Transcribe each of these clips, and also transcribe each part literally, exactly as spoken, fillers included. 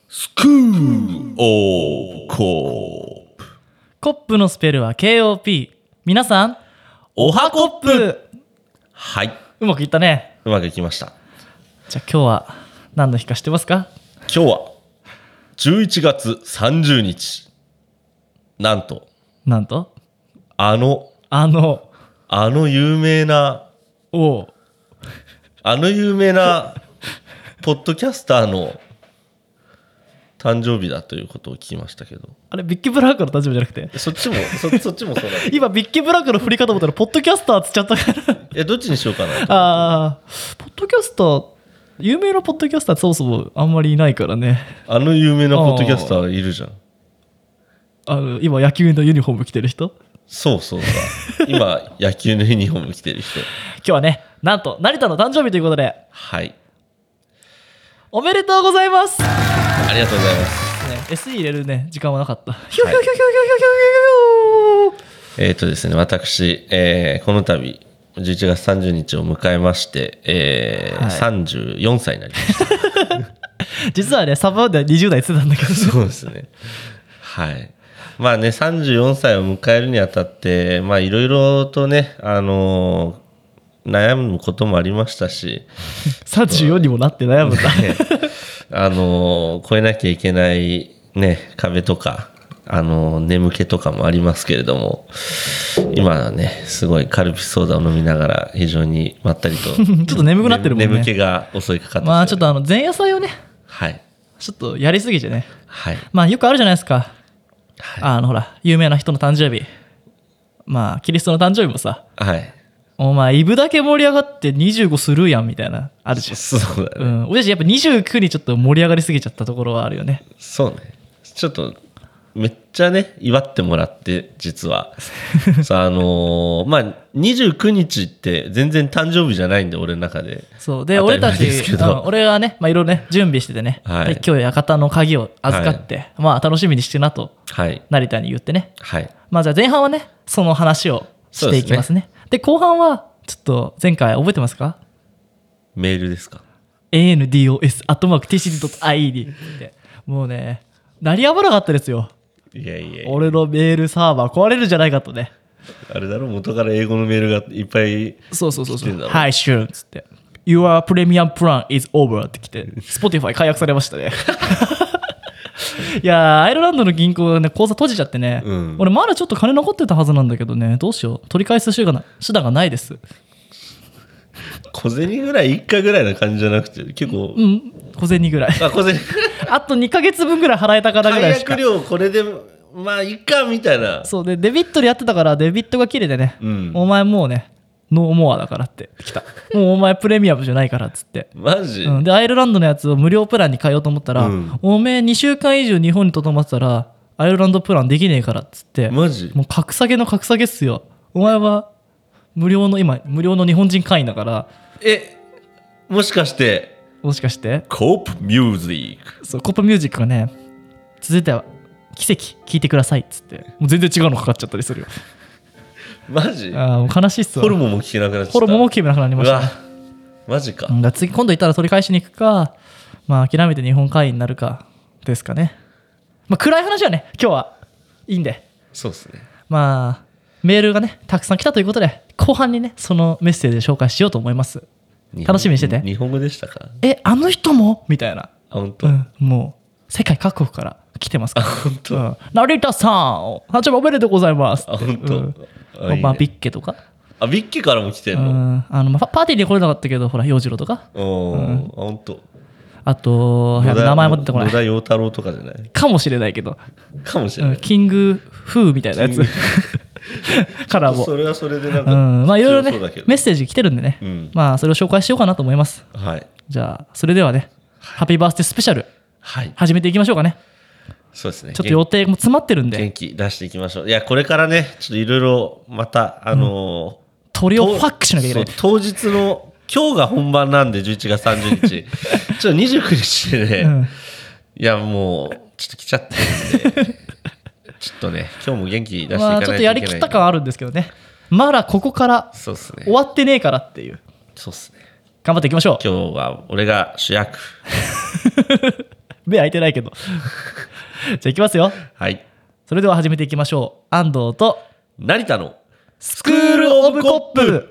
スクーオーコープ。 コップのスペルは ケーオーピー。 皆さんおはコップ。 はい、 うまくいったね。 うまくいきました。 じゃあ今日は何の日か知ってますか？ 今日はじゅういちがつさんじゅうにち。なんとなんとあのあのあの有名なおうあの有名なポッドキャスターの誕生日だということを聞きましたけど、 あれビッキーブラックの誕生日じゃなくて、 そっちも そ, そっちもそうだね。 今ビッキーブラックの振り方思ったらポッドキャスターっつっちゃったからいやどっちにしようかな。 ああ、ポッドキャスター、有名なポッドキャスターってそもそもあんまりいないからね。 あの有名なポッドキャスターいるじゃん。 あの今野球のユニフォーム着てる人。 そうそうそう今野球のユニフォーム着てる人。 今日はね、なんと成田の誕生日ということで、 はい、 おめでとうございます。 ありがとうございます。 ね、エスイー 入れるね時間はなかった。 はい、えっとですね、私、えー、この度じゅういちがつさんじゅうにちを迎えまして、えーはい、さんじゅうよんさいになりました実はね、サバではにじゅう代言ってたんだけど、ね、 そうですね。はい。まあね、さんじゅうよんさいを迎えるにあたってまあいろいろとね、あのー、悩むこともありましたしさんじゅうよんにもなって悩むんだ、ね、 あのー、越えなきゃいけないね壁とか、あのー、眠気とかもありますけれども、今はねすごいカルピスソーダを飲みながら非常にまったりとちょっと眠くなってるもんね。 眠気が襲いかかって、 まあちょっとあの前夜祭をね、 はいちょっとやりすぎてね、 はい、 まあよくあるじゃないですか、 はい、 あのほら有名な人の誕生日、まあキリストの誕生日もさ、 はい、 お前イブだけ盛り上がってにじゅうごするやんみたいなあるじゃん。 そうだね、 うん、俺たちやっぱにじゅうくにちょっと盛り上がりすぎちゃったところはあるよね。 そうね、ちょっとめっちゃね祝ってもらって実はさあ、あのー、まあにじゅうくにちって全然誕生日じゃないんで俺の中で。 そうで俺たち、うん、俺はね、まあ、いろいろね準備しててね、 はい、 今日館の鍵を預かって、はい、まあ楽しみにしてなと、はい、成田に言ってね、はい、まあじゃあ前半はねその話をしていきますね。で後半はちょっと前回覚えてますか？ メールですか？ エーエヌディーオーエス アットマーク ティーシーディー ドット アイイー にもうね鳴りやまなかったですよ。 いやいやいや、 俺のメールサーバー壊れるんじゃないかとね。 あれだろ、元から英語のメールがいっぱい来てんだろ。 そうそうそうそう。はい、sure っつって Your premium plan is over って来て Spotify 解約されましたねいやアイルランドの銀行ね口座閉じちゃってね、うん、俺まだちょっと金残ってたはずなんだけどね、どうしよう、取り返す手段がないです。 小銭ぐらいいっかぐらいな感じじゃなくて結構、 うん、小銭ぐらいあ小銭あとにかげつぶんぐらい払えたからぐらいしか。 解約料これでまあいっかみたいな。 そうでデビットでやってたからデビットが切れてね、うん、お前もうねノーモアだからって来たもうお前プレミアムじゃないからっつってマジ、 うん、でアイルランドのやつを無料プランに変えようと思ったら、うん、おめえにしゅうかん以上日本にとどまってたらアイルランドプランできねえからっつって、 マジもう格下げの格下げっすよ。お前は無料の今無料の日本人会員だから。 えもしかしてもしかしてコープミュージック。 そうコープミュージックがね、続いては奇跡聞いてくださいっつってもう全然違うのかかっちゃったりするよ。 マジ？ あもう悲しいっすわ。 ホルモンも聞けなくなっちゃった。 ホルモンも聞けなくなりました、ね、 うわマジか。 だ次今度行ったら取り返しに行くか、まあ諦めて日本会員になるかですかね。まあ暗い話はね今日はいいんで。 そうですね。まあメールがねたくさん来たということで後半にねそのメッセージを紹介しようと思います。楽しみにしてて。 日本語でしたか？ えあの人もみたいな。 あ本当、 うん、もう世界各国から来てますから。 あ本当、うん、 成田さん誕生日おめでとうございます。 あ本当、うんあいいね、まあ、ビッケとかあビッケからも来てんの、 うん、あの、まあ、パーティーに来れなかったけどほら洋次郎とか、 お、うん、あ本当。 あと名前も出てこない。 野田洋太郎とかじゃないかもしれないけどかもしれない、 うん、キングフーみたいなやつからもそれはそれでなんか、 うん、まあいろいろねメッセージ来てるんでね、うん、まあそれを紹介しようかなと思います、 はい、 じゃあそれではね、はい、ハッピーバースデースペシャル、はい、始めていきましょうかね。 そうですね、 ちょっと予定も詰まってるんで元気出していきましょう。いやこれからねちょっといろいろまたあのーうん、 鳥をファックしなきゃいけない。 当日の今日が本番なんでじゅういちがつさんじゅうにちちょっとにじゅうくにちでね、うん、いやもうちょっと来ちゃってるんでちょっとね今日も元気出していかないといけない、まあ、 ちょっとやりきった感あるんですけどね、まだここから終わってねえからっていう。 そうっすね、 頑張っていきましょう。 今日は俺が主役目開いてないけどじゃあいきますよ。 はい。 それでは始めていきましょう。安藤と成田のスクールオブコップ。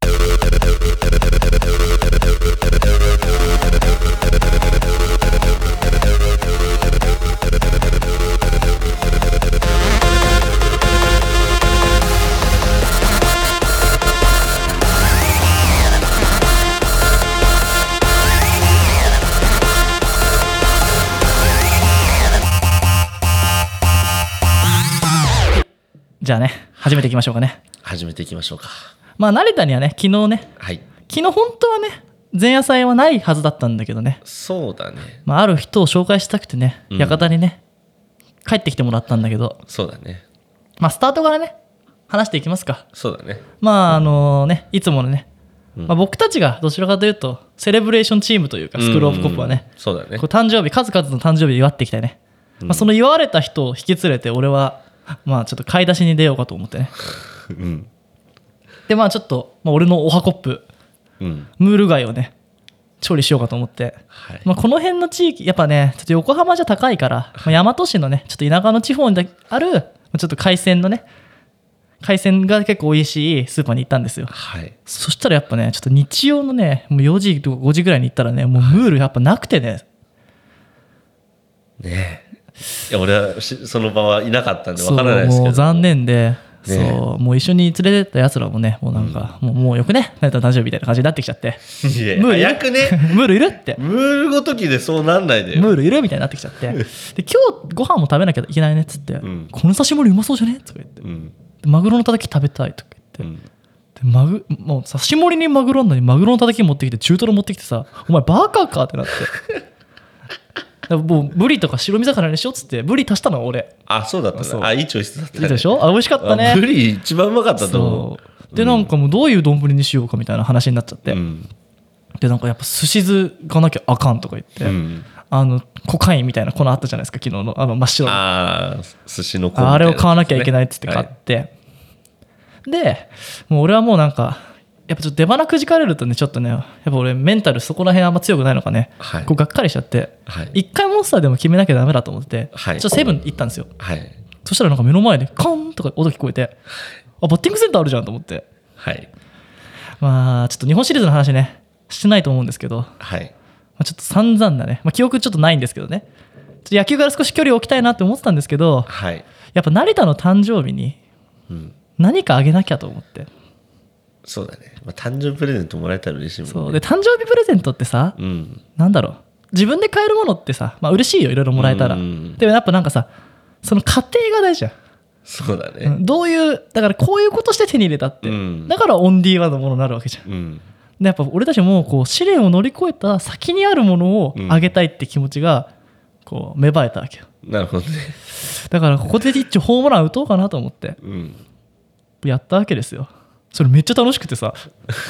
じゃあね、始めていきましょうかね。 始めていきましょうか。 まあ成田にはね、昨日ね、 はい。 昨日本当はね、前夜祭はないはずだったんだけどね。 そうだね。 まあある人を紹介したくてね、 うん館にね、帰ってきてもらったんだけど、 そうだね。 まあスタートからね、話していきますか。 そうだね。 まああのね、いつものね、 うんまあ、僕たちがどちらかというと、セレブレーションチームというか、スクールオブコップはね、 うんそうだねこう。誕生日、数々の誕生日祝っていきたいね。まあ、その祝われた人を引き連れて、俺は、まあちょっと買い出しに出ようかと思ってね。 うん。 で、まあちょっと、まあ、俺のおはコップ、 うん。 ムール貝をね、調理しようかと思って。 はい。 まあ、この辺の地域、やっぱね、ちょっと横浜じゃ高いから、まあ、大和市のね、ちょっと田舎の地方にある、まあちょっと海鮮のね、海鮮が結構美味しいスーパーに行ったんですよ。 はい。 そしたらやっぱね、ちょっと日曜のね、もうよじとかごじぐらいに行ったらね、もうムールやっぱなくてね。 ねえ。いや、俺はしその場はいなかったんでそうわからないですけど。 もう残念で、 ねそう、もう一緒に連れてったやつらもね、もうなんか、もうもうよくね、成田誕生日みたいな感じになってきちゃって。 いやムールいる早くね。 ムールいるって。 ムールごときでそうなんないでよ。 ムールいるみたいになってきちゃって。で、今日ご飯も食べなきゃいけないねっつって、 んこの刺し盛りうまそうじゃねとか言って、 うん。 でマグロのたたき食べたいとかう言って、 ん。 でマグもう刺し盛りにマグロなのにマグロのたたき持ってきて中トロ持ってきてさ、お前バカかってなってだからもうブリとか白身魚にしようっつってブリ足したの俺あ、そうだったそうね。あ、いいチョイスだったいいね。 でしょあ、美味しかったね。 あブリ一番うまかったと思う。 そうでなんかもうどういう丼にしようかみたいな話になっちゃって、 うん。 でなんかやっぱ寿司酢がなきゃあかんとか言って、 うん。 あのコカインみたいな粉あったじゃないですか昨日のあの真っ白のああ、寿司の子ああれを買わなきゃいけないっつって買はいって、でもう俺はもうなんかやっぱちょっと出花くじかれるとねちょっとねやっぱ俺メンタルそこら辺あんま強くないのかね、 はいこうがっかりしちゃってはい一回モンスターでも決めなきゃダメだと思って、 はいちょっとセブン行ったんですよ。 はい。 そしたらなんか目の前でカンとか音聞こえて、あバッティングセンターあるじゃんと思って、 はい。 まあちょっと日本シリーズの話ねしてないと思うんですけど、まはい。 あ、ちょっと散々なね、まあ、記憶ちょっとないんですけどね、ちょっと野球から少し距離を置きたいなって思ってたんですけど、 はい。 やっぱ成田の誕生日にうん。 何かあげなきゃと思って、 そうだね。まあ、誕生日プレゼントもらえたら嬉しいもんね。 そうで誕生日プレゼントってさ、 うん。 なんだろう自分で買えるものってさ、まあ嬉しいよいろいろもらえたら、 うんでもやっぱなんかさその過程が大事じゃん、 そうだね。 うんどういうだからこういうことして手に入れたって、 うんだからオンディーワンのものになるわけじゃん。 うん。 でやっぱ俺たちもこう試練を乗り越えた先にあるものをあげたいって気持ちがこう芽生えたわけよ。 なるほどね。 だからここで一応ホームラン打とうかなと思ってうん。 やったわけですよ。それめっちゃ楽しくてさ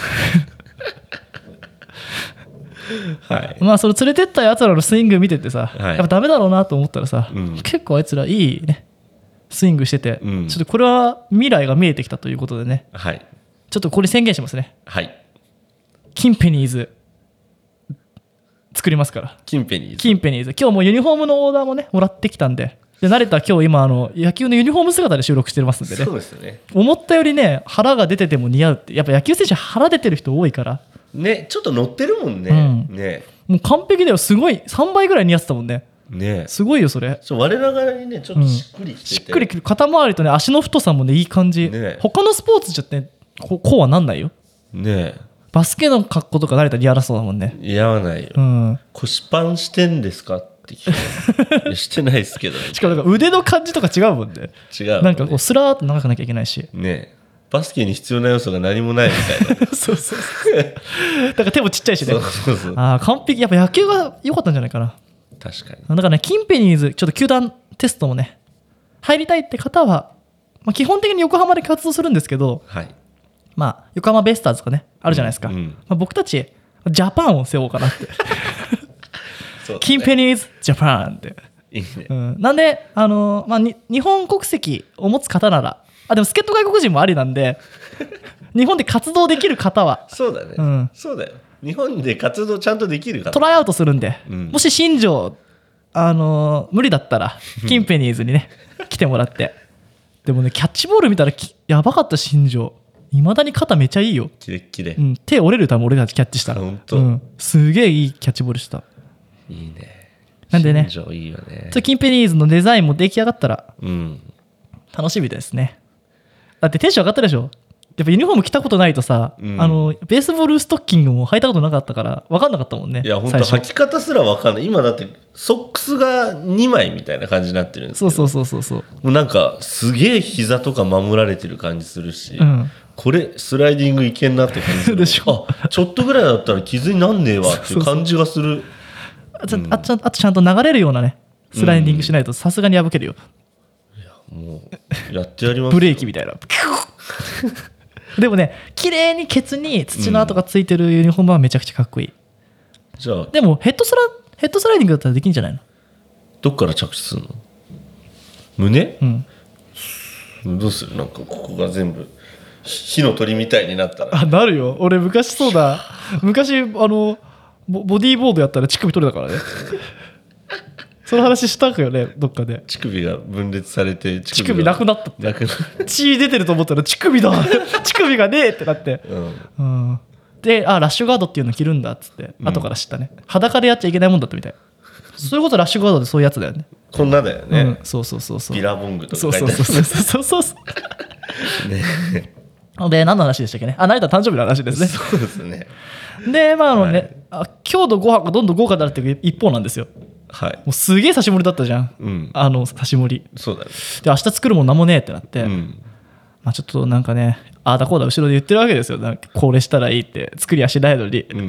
はい。 まあそれ連れてったやつらのスイング見ててさ、 はいやっぱダメだろうなと思ったらさ、 うん結構あいつらいいねスイングしてて、 うんちょっとこれは未来が見えてきたということでね、 はい。 ちょっとこれ宣言しますね。 はい。 キンペニーズ作りますから。 キンペニーズ。 キンペニーズ今日もうユニフォームのオーダーもねもらってきたんで、で慣れた今日今あの野球のユニフォーム姿で収録してますんでね、 そうですね。 思ったよりね腹が出てても似合うって、やっぱ野球選手腹出てる人多いからね、ちょっと乗ってるもんね。 うんね。 もう完璧だよ。すごいさんばいぐらい似合ってたもんね。 ね。 すごいよそれ。 そう我ながらにね、ちょっとしっくりしてて。 しっくりくる肩周りとね足の太さもねいい感じ、 ね他のスポーツじゃってここうはなんないよ。 ねバスケの格好とか慣れたら似合わそうだもんね。 似合わないよ。 うん腰パンしてんですかって聞いていやしてないですけど。 しかもなんか腕の感じとか違うもんね。 違うもんね。 なんかこうスラーっと長くなきゃいけないしねバスケに必要な要素が何もないみたいな。 そうそうそうだから手もちっちゃいしね。 そうそうそう。 ああ完璧。やっぱ野球が良かったんじゃないかな。 確かに。 だからねキンペニーズちょっと球団テストもね入りたいって方は、まあ、基本的に横浜で活動するんですけど、 はい。 まあ、横浜ベイスターズとかねあるじゃないですか、 うんうんまあ、僕たちジャパンを背負おうかなってそうだねキンペニーズジャパンって、 いいねう。ん、なんで、あのーまあ、に日本国籍を持つ方ならあでも助っ人外国人もありなんで日本で活動できる方はそうだね、 うんそうだよ。日本で活動ちゃんとできるから。 トライアウトするんで、 うんもし新庄あのー無理だったらキンペニーズにね来てもらって。でもねキャッチボール見たらきやばかった。新庄いまだに肩めっちゃいいよ。 キレッキレ、 うん、手折れるため俺がキャッチしたら。 本当、 うん、すげえいいキャッチボールした。 いいね。 なんでね新庄いいよね。 キンペニーズのデザインも出来上がったらうん楽しみですね。だってテンション上がったでしょ。やっぱユニフォーム着たことないとさ、うん、あのベースボールストッキングも履いたことなかったから分かんなかったもんね。 いや本当履き方すら分かんない。今だってソックスがにまいみたいな感じになってるんですけど、 そうそうそうそうそう、 もうなんかすげえ膝とか守られてる感じするし、 うん、 これスライディングいけんなって感じするでしょ。 あちょっとぐらいだったら傷になんねえわっていう感じがする。 あと、うん、あとちゃんと流れるようなねスライディングしないとさすがに破けるよ。 いやもうやってやりますブレーキみたいなでもね綺麗にケツに土の跡がついてるユニフォームはめちゃくちゃかっこいい、うん、 じゃあでもヘッドスラヘッドスライディングだったらできんじゃないの。 どっから着地するの。胸、 うん、 どうする。なんかここが全部火の鳥みたいになったら。 あなるよ。俺昔そうだ昔あの ボ, ボディーボードやったら乳首取れたからねその話したかよねどっかで。 乳首が分裂されて乳首なくなったって。 なくな血出てると思ったら乳首だ乳首がねえってなって、うんうん、であラッシュガードっていうの着るんだっつって、うん、後から知ったね。裸でやっちゃいけないもんだったみたい。そういうことラッシュガードでそういうやつだよね。 こんなだよね、 うん、そうそうそうそう。 ビラボングとか書いてある。 そうそうそうそうそうねで何の話でしたっけね。あ成田誕生日の話ですね。 そうですね。 でまああのね、 はい、 あ今日のご飯がどんどん豪華になるっていう一方なんですよ。 はい、 もうすげえ刺し盛りだったじゃん、うん、あの刺し盛り。 そうだね。 で明日作るもんなんもねえってなって、うん、まあ、ちょっとなんかねああだこうだ後ろで言ってるわけですよ。なんかこれしたらいいって作りはしないのに、うん、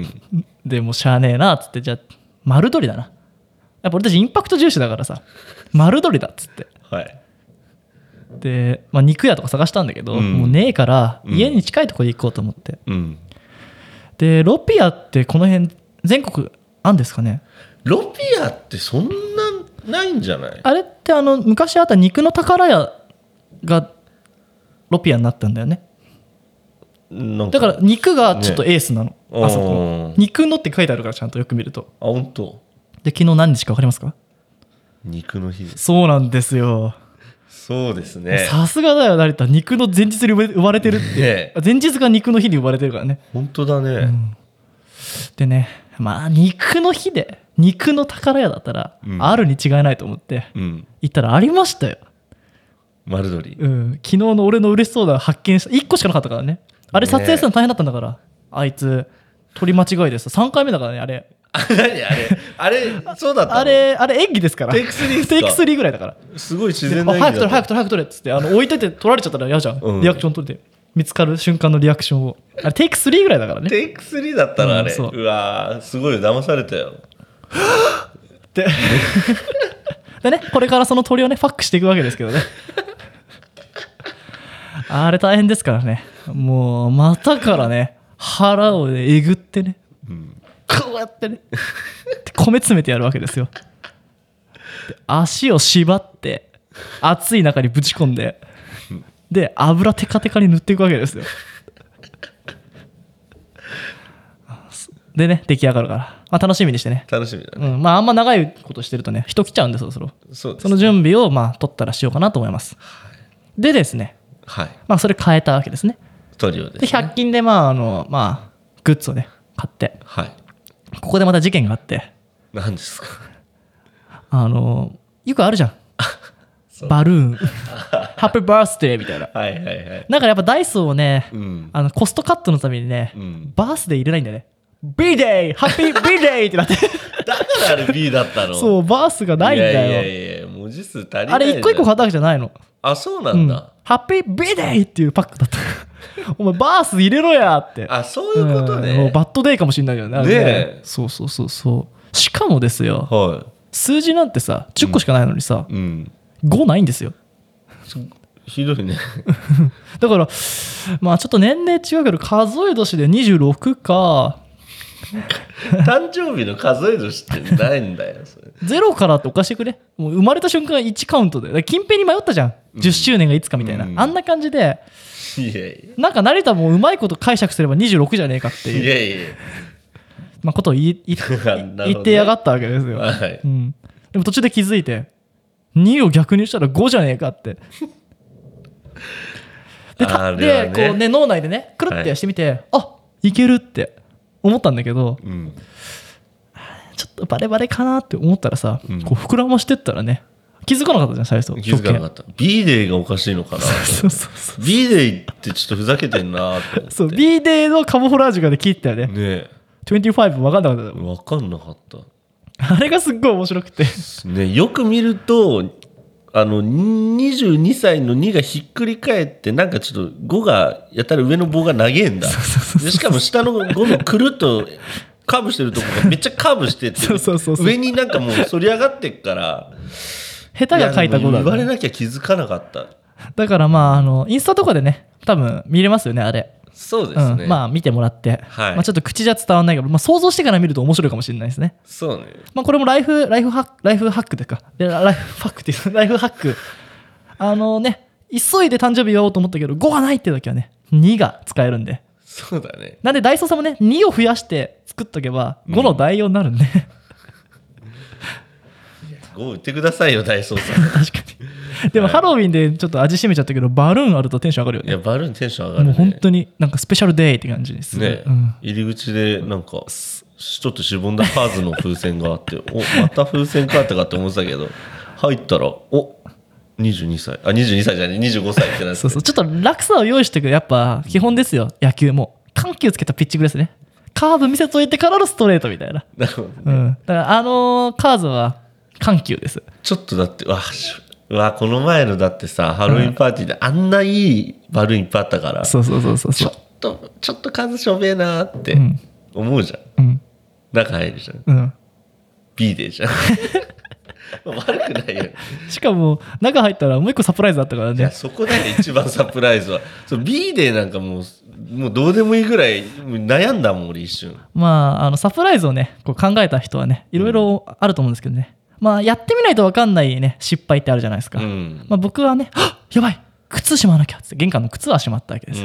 でもうしゃあねえなっつってじゃあ丸鶏だな。やっぱ俺たちインパクト重視だからさ丸鶏だっつって、 はい、 で、まあ、肉屋とか探したんだけど、うん、もうねえから家に近いところで行こうと思って、うん、でロピアってこの辺全国あんですかね。 ロピアってそんなないんじゃない。 あれってあの昔あった肉の宝屋がロピアになったんだよね。なんかだから肉がちょっとエースなの、ね、あそこ肉のって書いてあるからちゃんとよく見ると。 あ本当。 で昨日何日か分かりますか。 肉の日。 そうなんですよ。 そうですね。 さすがだよ成田。肉の前日に生まれてるって、ね、前日が肉の日に生まれてるからね。 本当だね、うん、 でねまあ肉の日で肉の宝屋だったら、うん、あるに違いないと思って、うん、行ったらありましたよ丸鶏、 うん、昨日の俺の嬉しそうな発見したいっこしかなかったからね。あれ撮影するの大変だったんだから、ね、あいつ取り間違いです。さんかいめだからねあれ。 あ何あれあれそうだったの。 あれあれ演技ですから。 テイクスリーですか。 テイクスリーぐらいだからすごい自然な演技だった。 早く取れ早く取れ早く取れっつってあの置いてて取られちゃったら嫌じゃん、うん、リアクション取れて見つかる瞬間のリアクションを。あれテイクスリーぐらいだからね。 テイクスリーだったのあれ、うん、う, うわすごい騙されたよで, でねこれからその鳥をねファックしていくわけですけどねあれ大変ですからね。もう股からね腹をねえぐってね、うん、こうやってね米詰めてやるわけですよ。で足を縛って熱い中にぶち込んでで油テカテカに塗っていくわけですよ。でね出来上がるから、まあ、楽しみにしてね。 楽しみだね、 うん、まああんま長いことしてるとね人来ちゃうんでそろそろ。 そうですね、 その準備をまあ取ったらしようかなと思います、はい、でですね、 はい、 まあそれ変えたわけですね。 トリオですね。 でひゃく均でまああのまあグッズをね買って、 はい、 ここでまた事件があって。 何ですか。 あのよくあるじゃんバルーンハッピーバースデーみたいな。 はいはいはい。 だからやっぱダイソーをね、うん、あのコストカットのためにね、うん、バースデー入れないんだよね。ビーデーハッピービーデーってなってだからあれ B だったの。 そうバースがないんだよ。 いやいやいや文字数足りない。 あれ一個一個買ったわけじゃないの。 あそうなんだ、うん、 ハッピービーデーっていうパックだったお前バース入れろやって。 あそういうことね、 うん、もうバッドデーかもしれないよね。 ねえそうそうそうそう。しかもですよ、 はい、 数字なんてさじゅっこしかないのにさ、 うんうん、 ごないんですよ。 ひどいねだからまあちょっと年齢違うけど数え年でにじゅうろくか誕生日の数え年ってないんだよそれゼロからっておかしてくれ。もう生まれた瞬間いちカウントで。だから近辺に迷ったじゃん、うん、じゅっしゅうねんがいつかみたいな、うん、あんな感じでいやいやなんか成田もうまいこと解釈すればにじゅうろくじゃねえかっていういやいや、 まあ、ことを言い言ってやがったわけですよ、 はい、 うん、 でも途中で気づいてにを逆にしたらごじゃねえかってで, た、ね、でこうね脳内でねくるってしてみて、はい、あいけるって思ったんだけど、うん、ちょっとバレバレかなって思ったらさ、うん、こう膨らましてったらね気づかなかったじゃん最初。 気づかなかった。 B デーがおかしいのかなそうそうそう B デーってちょっとふざけてんなって思ってそう B デーのカモフラージュがで聞いたよね。ねえにじゅうご分かんなかった。 分かんなかった。 あれがすっごい面白くてね、よく見るとあのにじゅうにさいのにがひっくり返ってなんかちょっとごがやたら上の棒が長えんだ。でしかも下のごのくるっとカーブしてるところがめっちゃカーブしててそうそうそうそう上になんかもう反り上がってっから下手が書いた子だ、ね、 言われなきゃ気づかなかった。 だからまああのインスタとかでね多分見れますよねあれ。 そうですね、 うん、まあ見てもらって、はいまあ、ちょっと口じゃ伝わんないけど、まあ、想像してから見ると面白いかもしれないですね。 そうね、 まあ、これもライフライフハックライフハックですかでライフハックっていうライフハックあのね急いで誕生日言おうと思ったけどごがないっていう時はねにが使えるんで。 そうだね。 なんでダイソーさんもねにを増やして作っとけばごの代用になるんで、 うん、ご売ってくださいよダイソーさん確かにでも、はい、ハロウィンでちょっと味しめちゃったけどバルーンあるとテンション上がるよね。 いやバルーンテンション上がる、ね、 もう本当になんかスペシャルデーって感じですね、うん、入り口でなんかちょっとしぼんだカーズの風船があっておまた風船かってかって思ってたけど入ったらおにじゅうにさいあにじゅうにさいじゃないにじゅうごさいってなってそうそうちょっと落差を用意してくるやっぱ基本ですよ野球も緩急つけたピッチングですね。カーブ見せといてからのストレートみたいな。なるほど、ねうん、だからあのー、カーズは緩急です。 ちょっとだってわうわこの前のだってさハロウィンパーティーであんないいバルーンいっぱいあったから、うん、 そうそうそうそうちょっとちょっと数しょべえなって思うじゃん、うん、中入るじゃん、うん、B でじゃん悪くないよね。 しかも中入ったらもう一個サプライズあったからね。いやそこだよ一番サプライズはそう B でなんかもうもうどうでもいいぐらい悩んだもん俺一瞬。 まああのサプライズをねこう考えた人はねいろいろあると思うんですけどね、うん、まあやってみないと分かんないね失敗ってあるじゃないですか、うんまあ、僕はねはっやばい靴しまわなきゃって玄関の靴はしまったわけです、うん、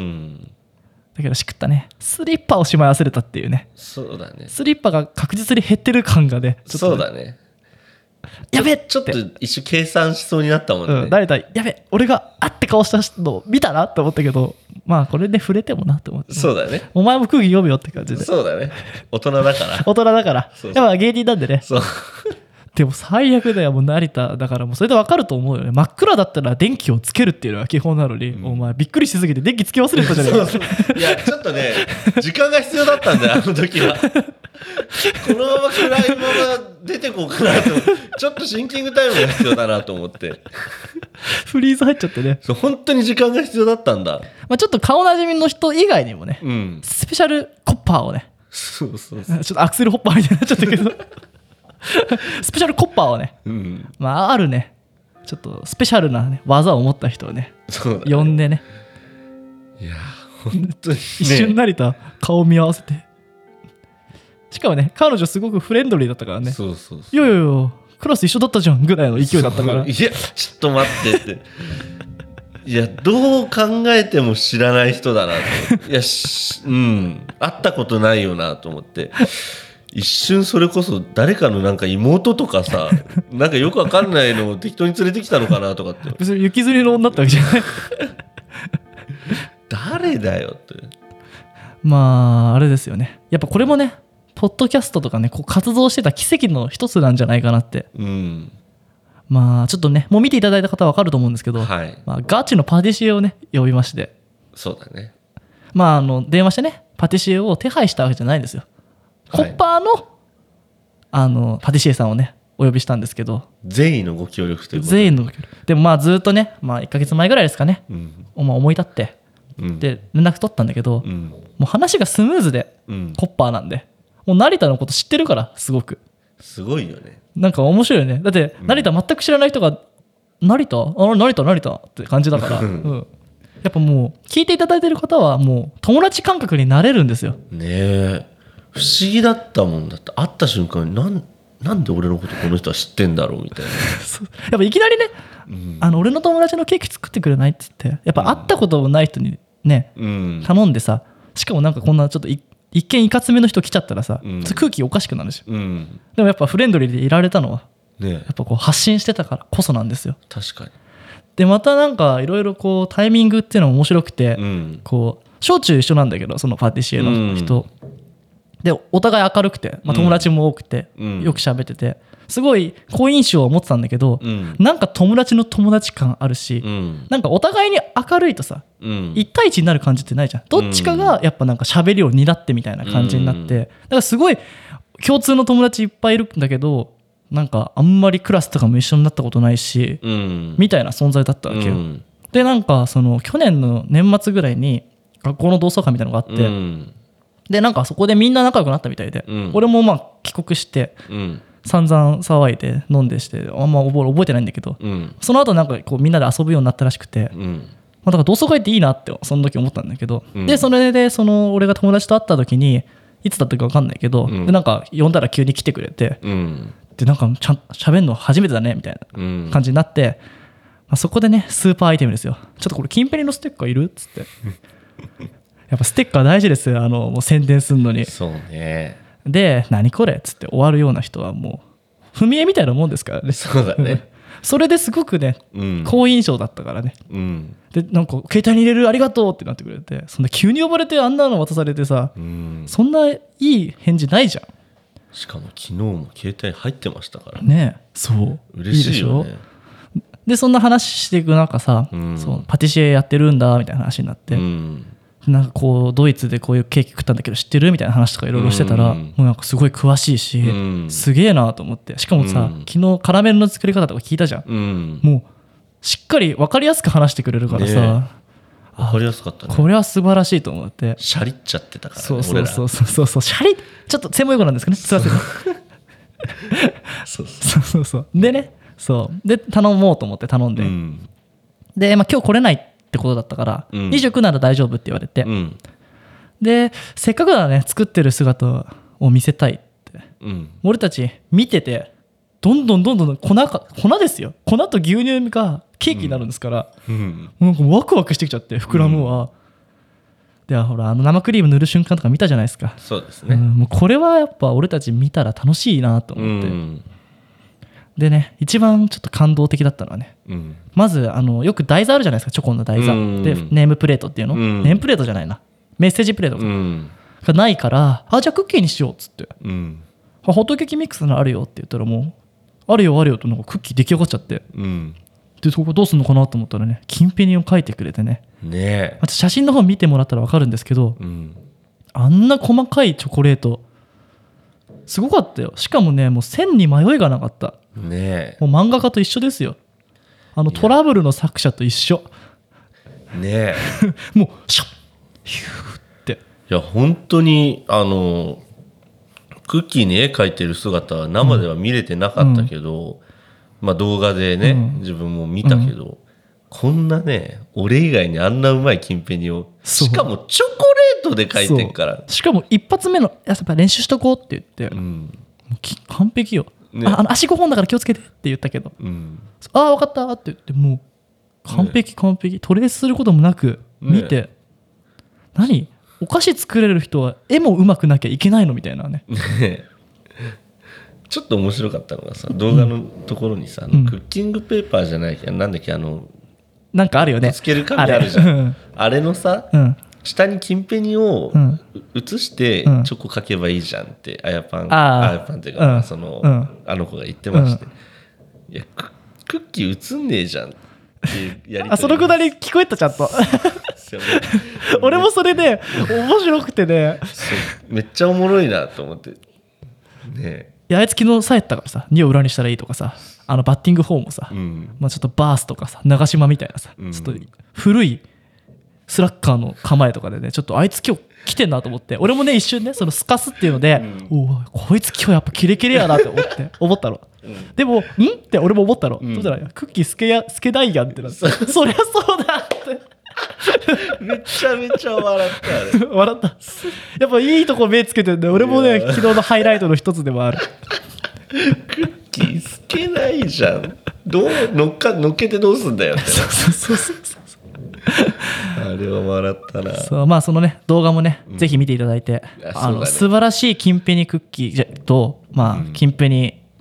だけどしくったねスリッパをしまい忘れたっていうね。 そうだねスリッパが確実に減ってる感がねちょっとそうだねやべえちょっと一瞬計算しそうになったもんね、 うん、誰だやべ俺があって顔した人見たなって思ったけどまあこれで触れてもなって思ってそうだねお前も空気読むよって感じでそうだね大人だから大人だからそうそうやっぱ芸人なんでねそうでも最悪だよもう成田だからもうそれで分かると思うよね。真っ暗だったら電気をつけるっていうのが基本なのに、うん、お前びっくりしすぎて電気つけ忘れたじゃないか。そうそういやちょっとね時間が必要だったんだよあの時はこのまま暗いまま出てこうかなとちょっとシンキングタイムが必要だなと思ってフリーズ入っちゃってねそう本当に時間が必要だったんだ、 まあ、ちょっと顔なじみの人以外にもね、うん、スペシャルコッパーをねそうそうそうちょっとアクセルホッパーみたいになっちゃったけどスペシャルコッパーをね、うんまあ、あるねちょっとスペシャルな、ね、技を持った人をねそうだね呼んでねいや本当に、ね、 一瞬成田顔見合わせてしかもね彼女すごくフレンドリーだったからねそうそうそういやいやいやクラス一緒だったじゃんぐらいの勢いだったからいやちょっと待ってっていやどう考えても知らない人だなといやうん会ったことないよなと思って一瞬それこそ誰かのなんか妹とかさなんかよくわかんないのを適当に連れてきたのかなとかって別に雪吊りの女ってわけじゃない誰だよってまああれですよねやっぱこれもねポッドキャストとかねこう活動してた奇跡の一つなんじゃないかなって、うん、まあちょっとねもう見ていただいた方は分かると思うんですけど、はいまあ、ガチのパティシエをね呼びましてそうだねまああの電話してねパティシエを手配したわけじゃないんですよコッパー の,、はい、あのパティシエさんをねお呼びしたんですけど全員のご協力ということで全員のご協力でもまあずっとね、まあ、いっかげつまえぐらいですかね、うんまあ、思い立って、うん、で連絡取ったんだけど、うん、もう話がスムーズで、うん、コッパーなんでもう成田のこと知ってるからすごくすごいよねなんか面白いよねだって成田全く知らない人が、うん、成田あ成田成田って感じだから、うんやっぱもう聞いていただいてる方はもう友達感覚になれるんですよねえ不思議だったもんだって会った瞬間になんなんで俺のことこの人は知ってんだろうみたいなやっぱいきなりね、うん、あの俺の友達のケーキ作ってくれないって言ってやっぱ会ったこともない人にね、うん、頼んでさしかもなんかこんなちょっと一見いかつめの人来ちゃったらさ、うん、空気おかしくなるし、うん、でもやっぱフレンドリーでいられたのはね、 やっぱこう発信してたからこそなんですよ。 確かに。 でまたなんかいろいろこうタイミングっていうのも面白くて、 うん、 こう小中一緒なんだけどそのパティシエの人、うん、でお互い明るくて、まあ、友達も多くて、うん、よく喋っててすごい好印象を持ってたんだけど、うん、なんか友達の友達感あるし、うん、なんかお互いに明るいとさ、うん、いち対いちになる感じってないじゃん。どっちかがやっぱなんか喋りを担ってみたいな感じになって、うん、だからすごい共通の友達いっぱいいるんだけどなんかあんまりクラスとかも一緒になったことないし、うん、みたいな存在だったわけよ、うん、でなんかその去年の年末ぐらいに学校の同窓会みたいなのがあって、うん、でなんかそこでみんな仲良くなったみたいで、うん、俺もまあ帰国して、うん、散々騒いで飲んでしてあんま覚えてないんだけど、うん、その後なんかこうみんなで遊ぶようになったらしくて、うんまあ、だから同窓会っていいなってその時思ったんだけど、うん、でそれでその俺が友達と会った時にいつだったか分かんないけど、うん、でなんか呼んだら急に来てくれて、うん、でなんかちゃんと喋るの初めてだねみたいな感じになって、うんまあ、そこでねスーパーアイテムですよ。ちょっとこれキンペリのステッカーいるっつってやっぱステッカー大事ですよ。あのもう宣伝するのに。 そうね。 で何これっつって終わるような人はもう踏み絵みたいなもんですからね。 そうだねそれですごくね、うん、好印象だったからね、うん、でなんか携帯に入れるありがとうってなってくれてそんな急に呼ばれてあんなの渡されてさ、うん、そんないい返事ないじゃん。 しかも昨日も携帯入ってましたからね。そう嬉しいよね。 いいでしょ。でそんな話していく中さ、うん、そうパティシエやってるんだみたいな話になって、うん、なんかこうドイツでこういうケーキ食ったんだけど知ってるみたいな話とかいろいろしてたら、うん、もうなんかすごい詳しいし、うん、すげえなと思って。しかもさ、うん、昨日カラメルの作り方とか聞いたじゃん、うん、もうしっかり分かりやすく話してくれるからさ、ね、 分かりやすかったね。 これは素晴らしいと思って。 シャリっちゃってたからね。 そうそうそうそうそうシャリちょっと専門用語なんですかね。すいませんそうそうそうそうでねそうで頼もうと思って頼んで、うん、で、まあ、今日来れないってことだったから、うん、にじゅうくなら大丈夫って言われて、うん、でせっかくならね作ってる姿を見せたいって、うん、俺たち見ててどんどんどんどん粉か粉ですよ。粉と牛乳がケーキになるんですから、うん、なんかワクワクしてきちゃって膨らむわ、うん、でほらあの生クリーム塗る瞬間とか見たじゃないですか。 そうですね、 うん、もうこれはやっぱ俺たち見たら楽しいなと思って、うん、でね一番ちょっと感動的だったのはね、うん、まずあのよく台座あるじゃないですか。チョコの台座、うん、でネームプレートっていうの、うん、ネームプレートじゃないなメッセージプレートか、うん、がないからあじゃあクッキーにしようっつって、うん、ホットケーキミックスならあるよって言ったらもうあるよあるよとなんかクッキー出来上がっちゃって、うん、でそこどうすんのかなと思ったらねキンペニを書いてくれてね。 ねまた写真の方見てもらったら分かるんですけど、うん、あんな細かいチョコレートすごかったよ。しかもねもう線に迷いがなかった。 ねもう漫画家と一緒ですよ。あのトラブルの作者と一緒ねもうシャッヒューっていや本当にあのクッキーに絵描いてる姿は生では見れてなかったけど、うんまあ、動画でね、うん、自分も見たけど、うん、こんなね俺以外にあんなうまいキンペニをしかもチョコレートで描いてんから。 しかも一発目のやっぱ練習しとこうって言って、うん、もう完璧よ、ね、ああの足ごほんだから気をつけてって言ったけど、うん、ああ分かったって言ってもう完璧完璧、ね、トレースすることもなく見て、ね、何お菓子作れる人は絵もうまくなきゃいけないのみたいな ね, ねちょっと面白かったのがさ動画のところにさ、うん、クッキングペーパーじゃないけどなんだっけあのなんかあるよねつける紙あるじゃん あ, れあれのさ、うん、下にキンペニを写してチョコかけばいいじゃんってあやパンあやパンっていうか、うん、その、うん、あの子が言ってまして、うん、いや ク, クッキー写んねえじゃんってやりあそのくだり聞こえたちゃんと俺もそれで面白くてねめっちゃおもろいなと思ってねえいやあいつ昨日さえったからさにを裏にしたらいいとかさあのバッティングフォームもさ、うんまあ、ちょっとバースとかさ長島みたいなさ、うん、ちょっと古いスラッガーの構えとかでねちょっとあいつ今日来てんなと思って俺もね一瞬ねそのスカスっていうので、うん、おこいつ今日やっぱキレキレやなって思って思ったの、うん、でもんって俺も思ったの、うん、そしたらクッキースケやスケ大やんってなってそりゃそうだってめちゃめちゃ笑ったあれ笑ったやっぱいいとこ目つけてるんで俺もね昨日のハイライトの一つでもあるクッキースケないじゃんどう乗っか乗っけてどうすんだよってそうそうそうそうあれは笑ったな。 そうまあそのね動画もね、うん、ぜひ見ていただいてあの、ね、素晴らしいキンペニクッキーとまあ、うん、キンペニ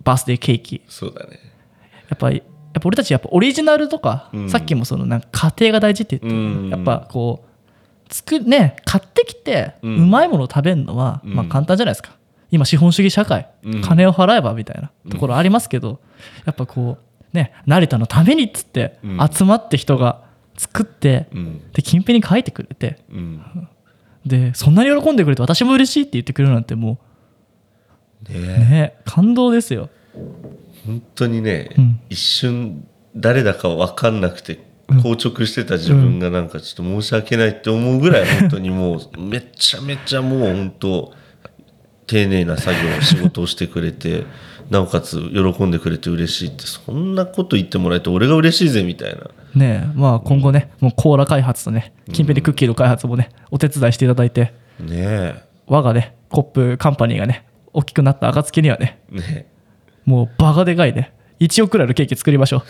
バースデーケーキ。 そうだね。 やっぱりやっぱ俺たちやっぱオリジナルとか、 うん、 さっきもそのなんか家庭が大事って言って、うん、やっぱこう作ね買ってきてうまいものを食べるのは、うん、まあ簡単じゃないですか。今資本主義社会、うん、金を払えばみたいなところありますけど、うん、やっぱこうね成田のためにっつって集まって人が作って、うん、で近辺に書いてくれて、うん、でそんなに喜んでくれて私も嬉しいって言ってくれるなんてもう ね, ね感動ですよ。 本当にね、うん、一瞬誰だか分かんなくて硬直してた自分がなんかちょっと申し訳ないって思うぐらい本当にもうめちゃめちゃもう本当丁寧な作業仕事をしてくれてなおかつ喜んでくれて嬉しいって、そんなこと言ってもらえて俺が嬉しいぜみたいなねえ、まあ今後ね、うん、もうコーラ開発とね近辺でクッキーの開発もねお手伝いしていただいて、 ねえ我がねコップカンパニーがね大きくなった暁にはね、 ねもうバカでかいねいちおくらいのケーキ作りましょ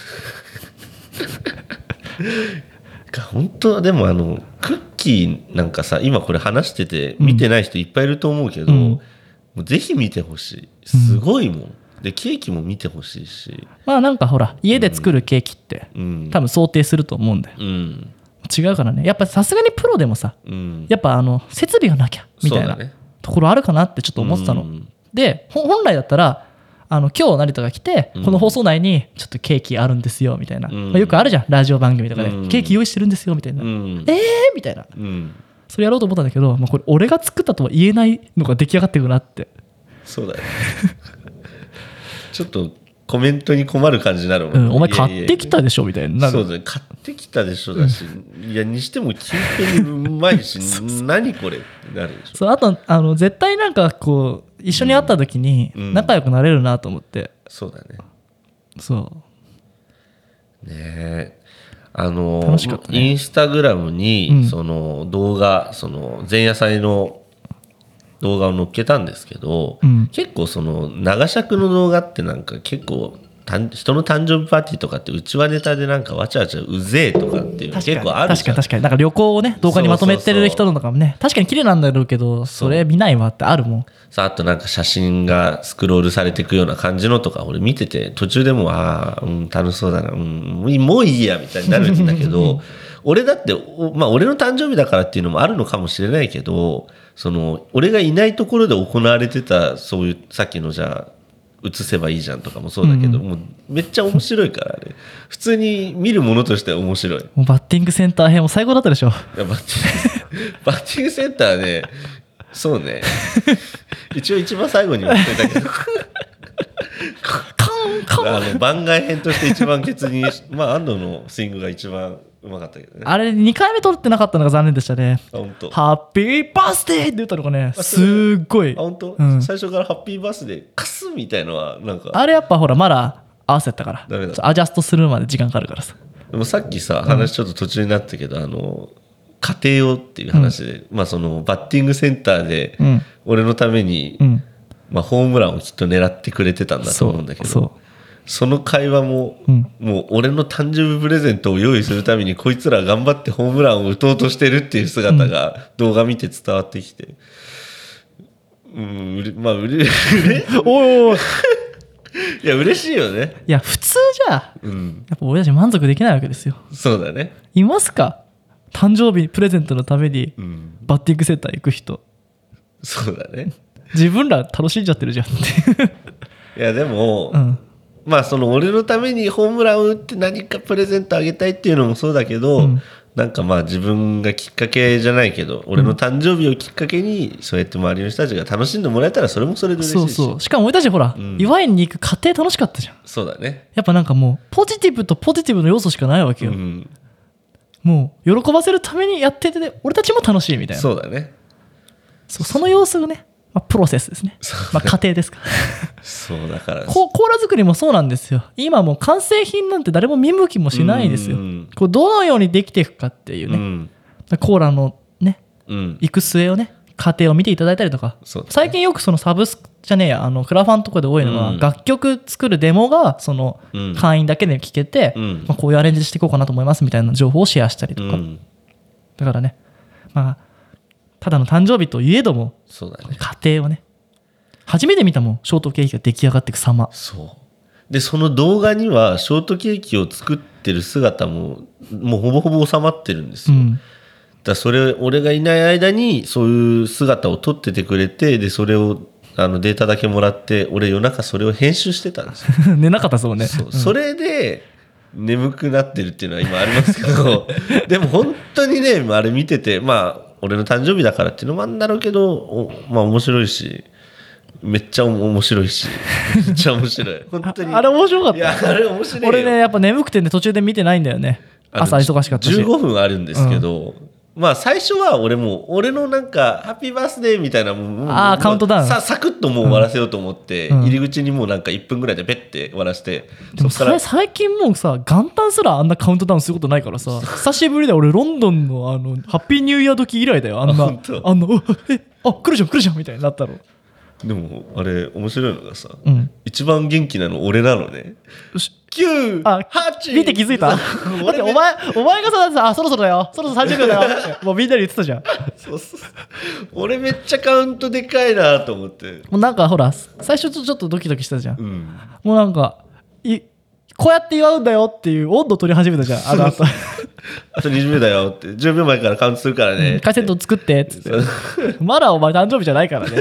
う本当でもあのクッキーなんかさ今これ話してて見てない人いっぱいいると思うけど、うん、もうぜひ見てほしい。すごいもん、うん、でケーキも見てほしいし、 まあなんかほら家で作るケーキって、うん、多分想定すると思うんだよ、うん、違うからねやっぱさすがにプロでもさ、うん、やっぱあの設備がなきゃみたいなところあるかなってちょっと思ってたの、うん、で本来だったらあの今日成田が来て、うん、この放送内にちょっとケーキあるんですよみたいな、うんまあ、よくあるじゃんラジオ番組とかで、うん、ケーキ用意してるんですよみたいな、うん、えーみたいな、うん、それやろうと思ったんだけど、まあ、これ俺が作ったとは言えないのが出来上がってるなって。 そうだよねちょっとコメントに困る感じになるもんね、うん、 お前買ってきたでしょみたいな。 そうだね買ってきたでしょだし、うん、いやにしても近辺にうまいしそうそう何これってなるでしょ。 そうあとあの絶対なんかこう一緒に会った時に仲良くなれるなと思って、うんうん、 そうだねそうねえあの楽しかったね。 インスタグラムに、うん、その動画その前夜祭の動画を載っけたんですけど、うん、結構その長尺の動画ってなんか結構人の誕生日パーティーとかってうちわネタでなんかわちゃわちゃうぜえとかっていうの結構あるじゃん。 確かに確かになんか旅行をね動画にまとめてる人のとかもね確かに綺麗なんだろうけどそれ見ないわってあるもん。 さあ、あとなんか写真がスクロールされていくような感じのとか俺見てて途中でもああ、うん、楽しそうだな、うん、もういいやみたいになるんだけど俺だってまあ俺の誕生日だからっていうのもあるのかもしれないけどその俺がいないところで行われてたそういうさっきのじゃあ映せばいいじゃんとかもそうだけど、うん、もうめっちゃ面白いからね普通に見るものとしては面白い。 もうバッティングセンター編も最高だったでしょ。いやバッティングバッティングセンターねそうね一応一番最後に持ってたけどあの番外編として一番ケツにまあ安藤のスイングが一番うまかったけどね。 あれにかいめ取ってなかったのが残念でしたね。 あ本当ハッピーバースデーって言ったのがねすっごい。 あ本当、うん、最初からハッピーバースデーカスみたいのはなんかあれやっぱほらまだ合わせたからアジャストするまで時間かかるからさ。 でもさっきさ話ちょっと途中になったけど、うん、あの家庭用っていう話で、うんまあ、そのバッティングセンターで俺のために、うんまあ、ホームランをきっと狙ってくれてたんだと思うんだけど そ, その会話も、うん、もう俺の誕生日プレゼントを用意するためにこいつら頑張ってホームランを打とうとしてるっていう姿が動画見て伝わってきて、うん、うれまあうれうれおいいや嬉しいよね。 いや普通じゃ、うん、やっぱ俺たち満足できないわけですよ。 そうだね。 いますか誕生日プレゼントのためにバッティングセンター行く人、うん、 そうだね。 自分ら楽しんじゃってるじゃんっていやでも、うん、まあその俺のためにホームランを打って何かプレゼントあげたいっていうのもそうだけど、うん、なんかまあ自分がきっかけじゃないけど俺の誕生日をきっかけにそうやって周りの人たちが楽しんでもらえたらそれもそれで嬉しいし、そうそうしかも俺たちほら、うん、祝いに行く過程楽しかったじゃん。 そうだね。やっぱなんかもうポジティブとポジティブの要素しかないわけよ、うん、もう喜ばせるためにやってて俺たちも楽しいみたいな。 そうだね。 そ, その様子がね、まあ、プロセスですね。まあ、過程ですからそうだからコーラ作りもそうなんですよ。今もう完成品なんて誰も見向きもしないですよ。こうどのようにできていくかっていうね、うん、コーラのね、うん、行く末をね過程を見ていただいたりとか、ね、最近よくそのサブスクじゃねえやあのクラファンとかで多いのは、うん、楽曲作るデモがその会員だけで聴けて、うんまあ、こういうアレンジしていこうかなと思いますみたいな情報をシェアしたりとか、うん、だからねまあただの誕生日といえども、 そうだね、 過程をね初めて見たもん、ショートケーキが出来上がっていく様。 そうでその動画にはショートケーキを作ってる姿ももうほぼほぼ収まってるんですよ、うん、だからそれ俺がいない間にそういう姿を撮っててくれて、でそれをあのデータだけもらって、俺夜中それを編集してたんですよ寝なかったそうね。 そう、うん、それで眠くなってるっていうのは今ありますけどでも本当にねあれ見てて、まあ俺の誕生日だからっていうのもあるんだろうけど、おまあ面白いし、めっちゃ面白いしめっちゃ面白い本当に。 あれ面白かった。 いやあれ面白いよ。 俺ねやっぱ眠くてね途中で見てないんだよね。朝忙しかったし。 じゅうごふんあるんですけど、うん、まあ最初は俺も俺のなんかハッピーバースデーみたいなもうあカウントダウンさ, サクッともう終わらせようと思って、うん、入り口にもうなんかいっぷんぐらいでペッて終わらせて、 でもそれ最近もうさ元旦すらあんなカウントダウンすることないからさ久しぶりで俺ロンドンのあのハッピーニューイヤー時以来だよあんなあんなえあ来るじゃん来るじゃんみたいになったの。 でもあれ面白いのがさ、 うん、 一番元気なの俺なのね。きゅう、はち見て気づいただってお前お前がさあそろそろだよそろそろさんじゅっぷんだよってもうみんなに言ってたじゃんそうそう俺めっちゃカウントでかいなと思って、 もうなんかほら最初ちょっとドキドキしたじゃん、うん、もうなんかいこうやって祝うんだよっていう温度取り始めたじゃんあの後あとにじゅうびょうだよってじゅうびょうまえからカウントするからね、 うん、回線灯作ってっつってまだお前誕生日じゃないからね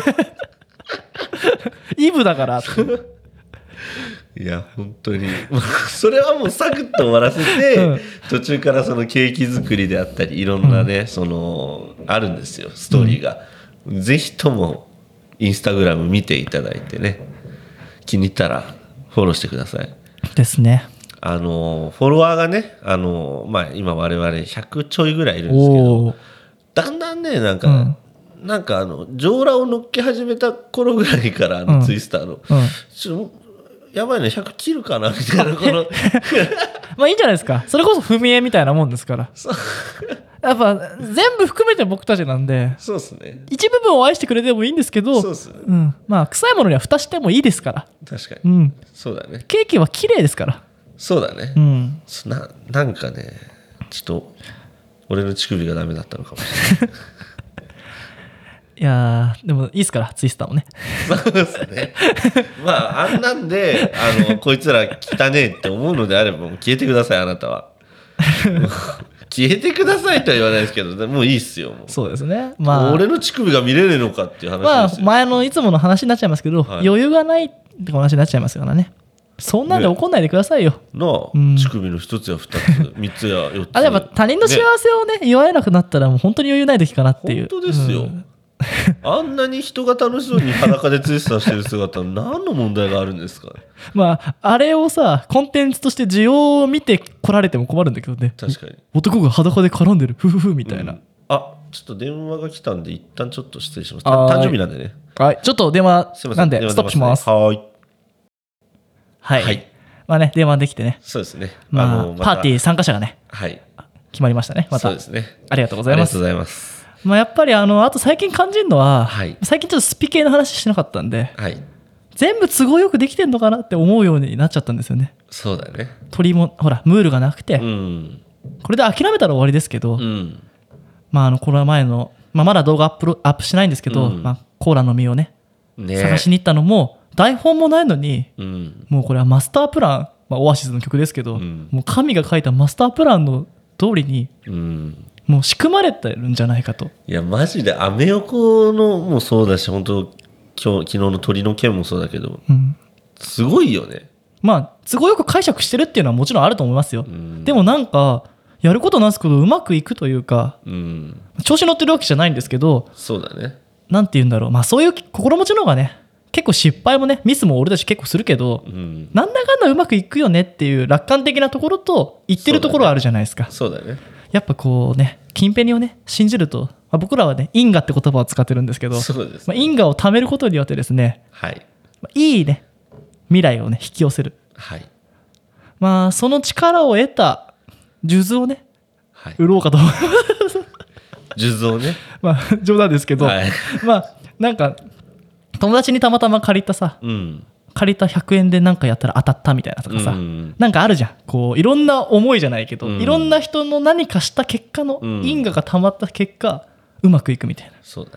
イブだからっていや本当にそれはもうサクッと終わらせて、うん、途中からそのケーキ作りであったりいろんなね、うん、そのあるんですよストーリーが、うん、ぜひともインスタグラム見ていただいてね、気に入ったらフォローしてくださいですね。 あのフォロワーがねあの、まあ、今我々ひゃくちょいぐらいいるんですけど、だんだんねなんか、うんなんかあの上羅を乗っけ始めた頃ぐらいからあのツイスターの、うんうん、ちょやばいねひゃく切るかなみたいなこのまあいいんじゃないですか、それこそ踏み絵みたいなもんですからやっぱ全部含めて僕たちなんで、 そうですね、 一部分を愛してくれてもいいんですけど、そうっすね、うん、まあ臭いものには蓋してもいいですから。 確かに、 うん、 そうだね、 ケーキは綺麗ですから。 そうだね、うん、な, なんかねちょっと俺の乳首がダメだったのかもしれないいやでもいいですからツイスターもねそうですねまああんなんであのこいつら汚ねえって思うのであればもう消えてくださいあなたは消えてくださいとは言わないですけどもういいっすよもう。 そうですね、まあ、 俺の乳首が見れねえのかっていう話ですよ、 まあ、前のいつもの話になっちゃいますけど、はい、余裕がないって話になっちゃいますからね。そんなんで怒んないでくださいよ、ね、 なあ、うん、乳首の一つや二つ三つや四つあ、やっぱ他人の幸せをね祝えなくなったらもう本当に余裕ない時かなっていう。 本当ですよ、うんあんなに人が楽しそうに裸でツイスターしてる姿何の問題があるんですかまああれをさコンテンツとして需要を見て来られても困るんだけどね。 確かに男が裸で絡んでるフフフみたいな、うん、 あちょっと電話が来たんで一旦ちょっと失礼します。誕生日なんでね。 はいちょっと電話なんでストップします。 はいはい、はい、まあね電話できてね。 そうですね、 まあ、あのまパーティー参加者がね、はい、決まりましたね。またそうですね、 ありがとうございます。 ありがとうございます。 まあ、やっぱりあのあと最近感じるのは、 はい、 最近ちょっとスピ系の話してなかったんで、 はい、 全部都合よくできてんのかなって思うようになっちゃったんですよね。 そうだね。 鳥もほらムールがなくて、 うん、 これで諦めたら終わりですけど、 うん、 まああのこの前の、まあ、まだ動画アップアップしないんですけど、うんまあ、コーラの実を ね, ね探しに行ったのも台本もないのに、うん、もうこれはマスタープラン、まあ、オアシスの曲ですけど、うん、もう神が書いたマスタープランの通りに、うんもう仕組まれてるんじゃないかと。 いやマジでアメ横のもそうだし本当今日昨日の鳥の件もそうだけど、うん、すごいよね。 まあ都合よく解釈してるっていうのはもちろんあると思いますよ、うん、でもなんかやることなすことうまくいくというか、うん、調子乗ってるわけじゃないんですけど、 そうだね、 なんて言うんだろう、まあそういう心持ちの方がね結構失敗もねミスも俺たち結構するけど、うん、なんだかんだうまくいくよねっていう楽観的なところと言ってるところはあるじゃないですか。 そうだね、そうだね、やっぱこうねキンペニをね信じると、まあ、僕らはね因果って言葉を使ってるんですけど、 そうですね、 まあ、因果を貯めることによってですね、 はいまあ、いいね未来をね引き寄せる、 はいまあその力を得た数珠をね、はい、売ろうかと思います数珠をねまあ冗談ですけど、はい、まあなんか友達にたまたま借りたさ、うん借りたひゃくえんで何かやったら当たったみたいなとかさ、うん、なんかあるじゃん、こういろんな思いじゃないけど、うん、いろんな人の何かした結果の因果がたまった結果、うん、うまくいくみたいな。 そうだね、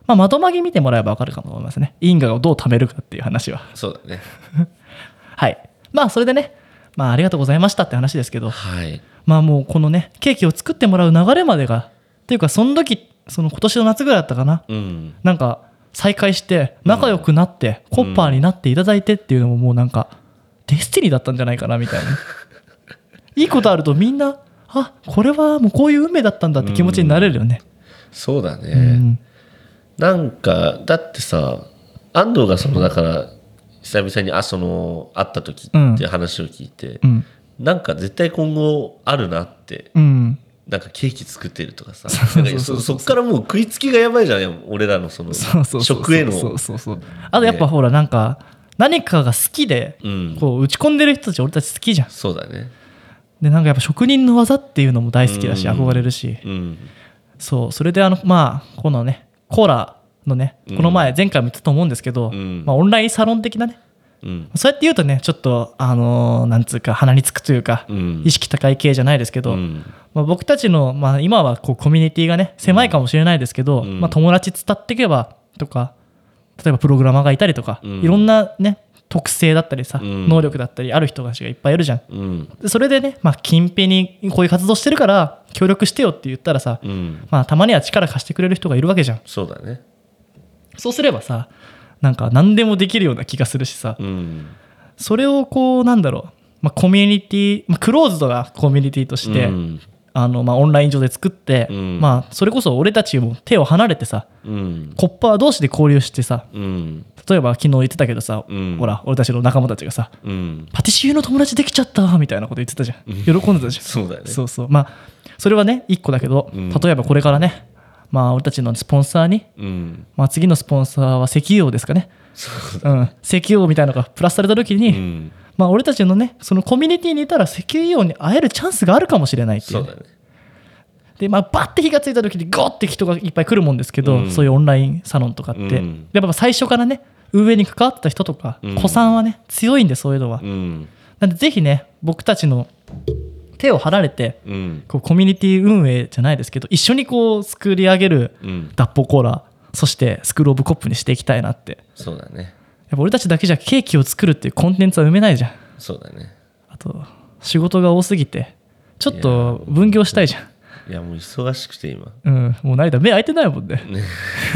まあ、窓マギ見てもらえば分かるかと思いますね。因果をどう貯めるかっていう話は。 そうだね。 はい。まあそれでね、まあありがとうございましたって話ですけど、 はい。 まあもうこのね、ケーキを作ってもらう流れまでが、っていうかその時、その今年の夏ぐらいだったかな。 うん。 なんか再会して仲良くなって、コッパーになっていただいてっていうのももうなんかデスティニーだったんじゃないかなみたいな。いいことあるとみんな、あ、これはもうこういう運命だったんだって気持ちになれるよね。 そうだね。 うんなんかだってさ、安藤がそのだから久々にあその会った時っていう話を聞いて、 うん、 なんか絶対今後あるなって、 うん、 なんかケーキ作ってるとかさ、そっからもう食いつきがやばいじゃん、俺らのその食への。 そうそうそう。あとやっぱほらなんか何かが好きでこう打ち込んでる人たち俺たち好きじゃん。 そうだね。 でなんかやっぱ職人の技っていうのも大好きだし憧れるし、 うん、 そうそれであのまあこのねコーラのねこの前前回も言ったと思うんですけど、うん、まあ、オンラインサロン的なね、うん、そうやって言うとねちょっとあのー、なんつうか鼻につくというか、うん、意識高い系じゃないですけど、うん、まあ、僕たちの、まあ、今はこうコミュニティがね狭いかもしれないですけど、うん、まあ、友達伝っていけばとか例えばプログラマーがいたりとか、うん、いろんなね特性だったりさ、うん、能力だったりある人たちがいっぱいいるじゃん、うん、でそれでね、まあ、近辺にこういう活動してるから協力してよって言ったらさ、うん、まあ、たまには力貸してくれる人がいるわけじゃん。 そうだね。 そうすればさなんか何でもできるような気がするしさ、うん、それをこうなんだろう、まあ、コミュニティ、まあ、クローズドなコミュニティとして、うん、あのまあ、オンライン上で作って、うん、まあ、それこそ俺たちも手を離れてさ、うん、コッパー同士で交流してさ、うん、例えば昨日言ってたけどさ、うん、ほら俺たちの仲間たちがさ、うん、パティシエの友達できちゃったみたいなこと言ってたじゃん、喜んでたじゃん。 そうだよね。そうそう、 まあ、それはねいっこだけど、うん、例えばこれからねまあ、俺たちのスポンサーに、うんまあ、次のスポンサーは石油王ですかね、うん、石油王みたいなのがプラスされた時に、うんまあ、俺たちのねそのコミュニティにいたら石油王に会えるチャンスがあるかもしれないっていう、ね、そうだね。で、まあ、バッて火がついた時にゴッて人がいっぱい来るもんですけど、うん、そういうオンラインサロンとかって、うん、やっぱ最初からね運営に関わった人とか、うん、子さんはね強いんでそういうのは、うん、なんでぜひね僕たちの手を離れて、うん、こうコミュニティ運営じゃないですけど一緒にこう作り上げる脱法コーラ、うん、そしてスクールオブコップにしていきたいなって。 そうだね。 やっぱ俺たちだけじゃケーキを作るっていうコンテンツは生めないじゃん。 そうだね。 あと仕事が多すぎてちょっと分業したいじゃん。 いやもう忙しくて今、 うん、もう成田目開いてないもん ね, ね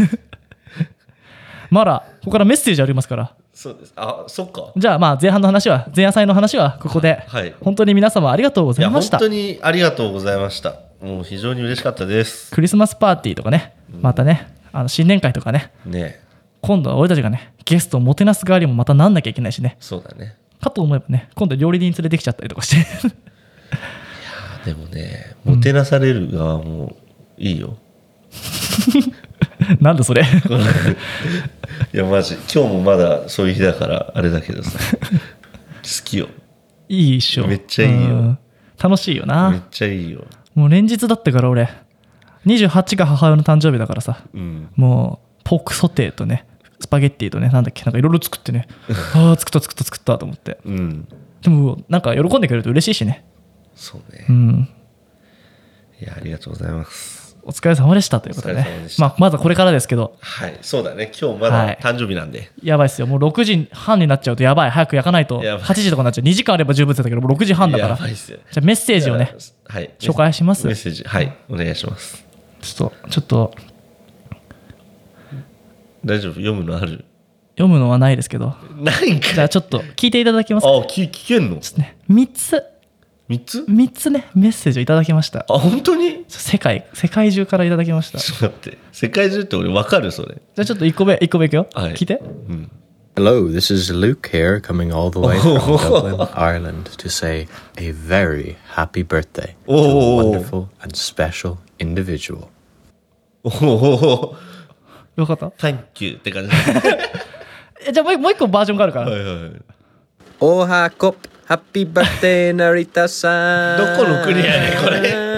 まだここからメッセージありますから。 そうです。あ、そっか。 じゃあまあ前半の話は前夜祭の話はここで、はい、本当に皆様ありがとうございました。 いや本当にありがとうございました。もう非常に嬉しかったです。 クリスマスパーティーとかね、またねあの新年会とかね、ね今度は俺たちがねゲストをもてなす側にもまたなんなきゃいけないしね。 そうだね。 かと思えばね今度料理人連れてきちゃったりとかしていやでもねもてなされる側もいいよ、 うん、なんだそれいやマジ今日もまだそういう日だからあれだけどさ好きよ。 いいっしょ。 めっちゃいいよ、うん、 楽しいよな。 めっちゃいいよ。もう連日だったから俺にじゅうはちが母親の誕生日だからさ、うん、もうポークソテーとねスパゲッティとねなんだっけなんかいろいろ作ってねああ作った作った作ったと思って、うん、でもなんか喜んでくれると嬉しいしね。 そうね、 うん、 いやありがとうございます。 お疲れ様でしたということでね。まあ、まだこれからですけど。 はい、そうだね。今日まだ誕生日なんで、はい、 やばいっすよ。もうろくじはんになっちゃうとやばい。早く焼かないとはちじとかになっちゃう。にじかんあれば十分だったけどもうろくじはんだから。やばいっすよ。じゃあメッセージをね、はい、紹介します。 メッセージはいお願いします。 ちょっとちょっと大丈夫読むのある？ 読むのはないですけど。 ないんかい。 じゃあちょっと聞いていただけますか。 あ聞聞けんの？ ちょっとねみっつ。 みっつ ? みっつねメッセージをいただきました。 あ本当に？ 世界世界中からいただきました。 ちょっと待って世界中って俺分かるそれ。 じゃあちょっといっこめいっこめいくよ、はい、聞いて、うん、 Hello, this is Luke here coming all the way from Dublin, Ireland to say a very happy birthday to a wonderful and special individual. おおよかった Thank you って感じじゃあもう一個バージョンがあるから、 はいはい、 おはこハッピーバースデー成田さん。 どこの国やねんこれ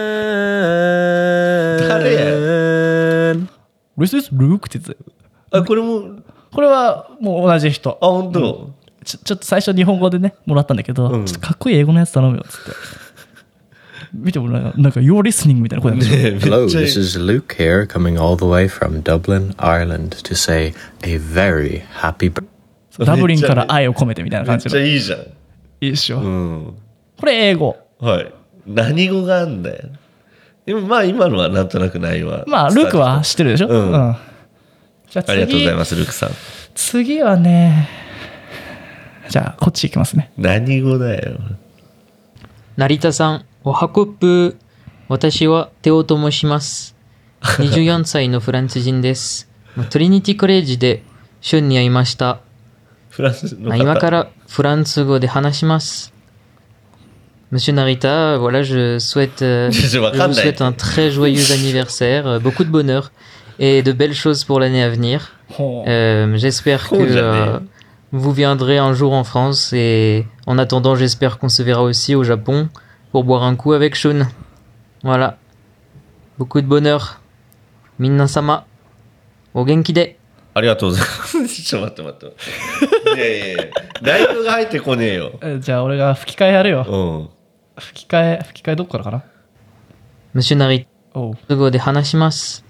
誰や This is Luke ってやつ。 あこれもこれはもう同じ人。 あ本当、うん、 ちょ、ちょっと最初日本語でねもらったんだけど、うん、ちょっとかっこいい英語のやつ頼むよっつって見てもらうなんか You're listening みたいな声なんでしょ。 ねめっちゃ Hello, this is Luke here, coming all the way from Dublin, Ireland, to say a very happy birthday. ダブリンから愛を込めてみたいなめっ感じの。いちゃいいじゃん。 いでしょ。 うん。 これ英語。 はい。何語があんだよ。でもまあ今のはなんとなく内容は。 まあ、ルークは知ってるでしょ。 うんじゃあ次、 ありがとうございます、ルークさん。 次はね、じゃあこっち行きますね。 何語だよ。 成田さん、おはこっぷ。私はテオと申します。にじゅうよんさいのフランス人です。トリニティコレージでシュンに会いました。 フランスの方。 今からフランス語で話します。Monsieur Narita, voilà, je souhaite, euh, Je je vois vous pas de souhaite un très joyeux anniversaire, euh, beaucoup de bonheur et de belles choses pour l'année à venir. Euh, j'espère que Oh, jamais. euh, vous viendrez un jour en France et en attendant, j'espère qu'on se verra aussi au Japon pour boire un coup avec Shun. Voilà. Beaucoup de bonheur. Minna-sama. O genki de. ありがとうございます。ちょっと待って待って。いやいやいや、内容が入ってこねえよ。 えじゃあ俺が吹き替えやるよ。 うん。 吹き替え、吹き替えどっからかな。 Monsieur Narita, おう。 語で話します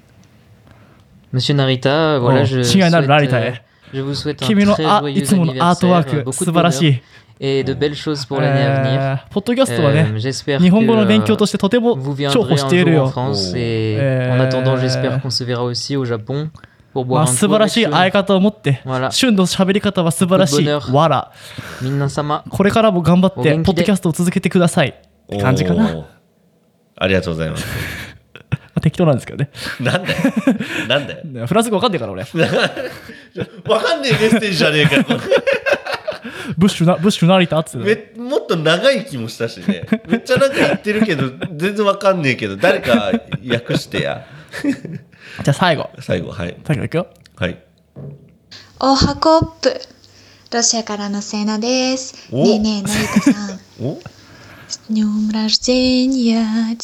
。Monsieur Narita, voilà, Oh, je 違いなる souhaite, 成田 euh, へ。 je vous souhaite un 君の très あい joyeux つものアートワー anniversaire, ク beaucoup 素 de 晴らし bonheur い。 et de belles choses pour l'année à venir. えーポッドキャストはね、 Euh, j'espère 日本語の que, 勉強としてとても vous 重 viendrez 宝してい un る jour en よ。 France Oh. et Euh, en attendant, j'espère qu'on se verra aussi au Japon pour ま boire あ un 素 coup 晴ら avec しい Shun. 相方を持って、 Voilà. シュンの喋り方は素晴らしい。 Beaucoup de bonheur. わら。 Minna-sama. これからも頑張って、 お元気でポッドキャストを続けてください。って感じかな。 おーありがとうございます。 まあ適当なんですけどね。 なんだよ。なんだよ。 フランス語わかんねえから俺。 わかんねえメッセージじゃねえかよ。 ブッシュな、ブッシュ成田っつって。 めもっと長い気もしたしね。めっちゃなんか言ってるけど、全然わかんねえけど、誰か訳してや。 じゃあ最後。 最後、はい。 最後いくよ。 はい。 おはこっぷ。ロシアからのセイナです。 おねえねえ、成田さん。 お С днем рождения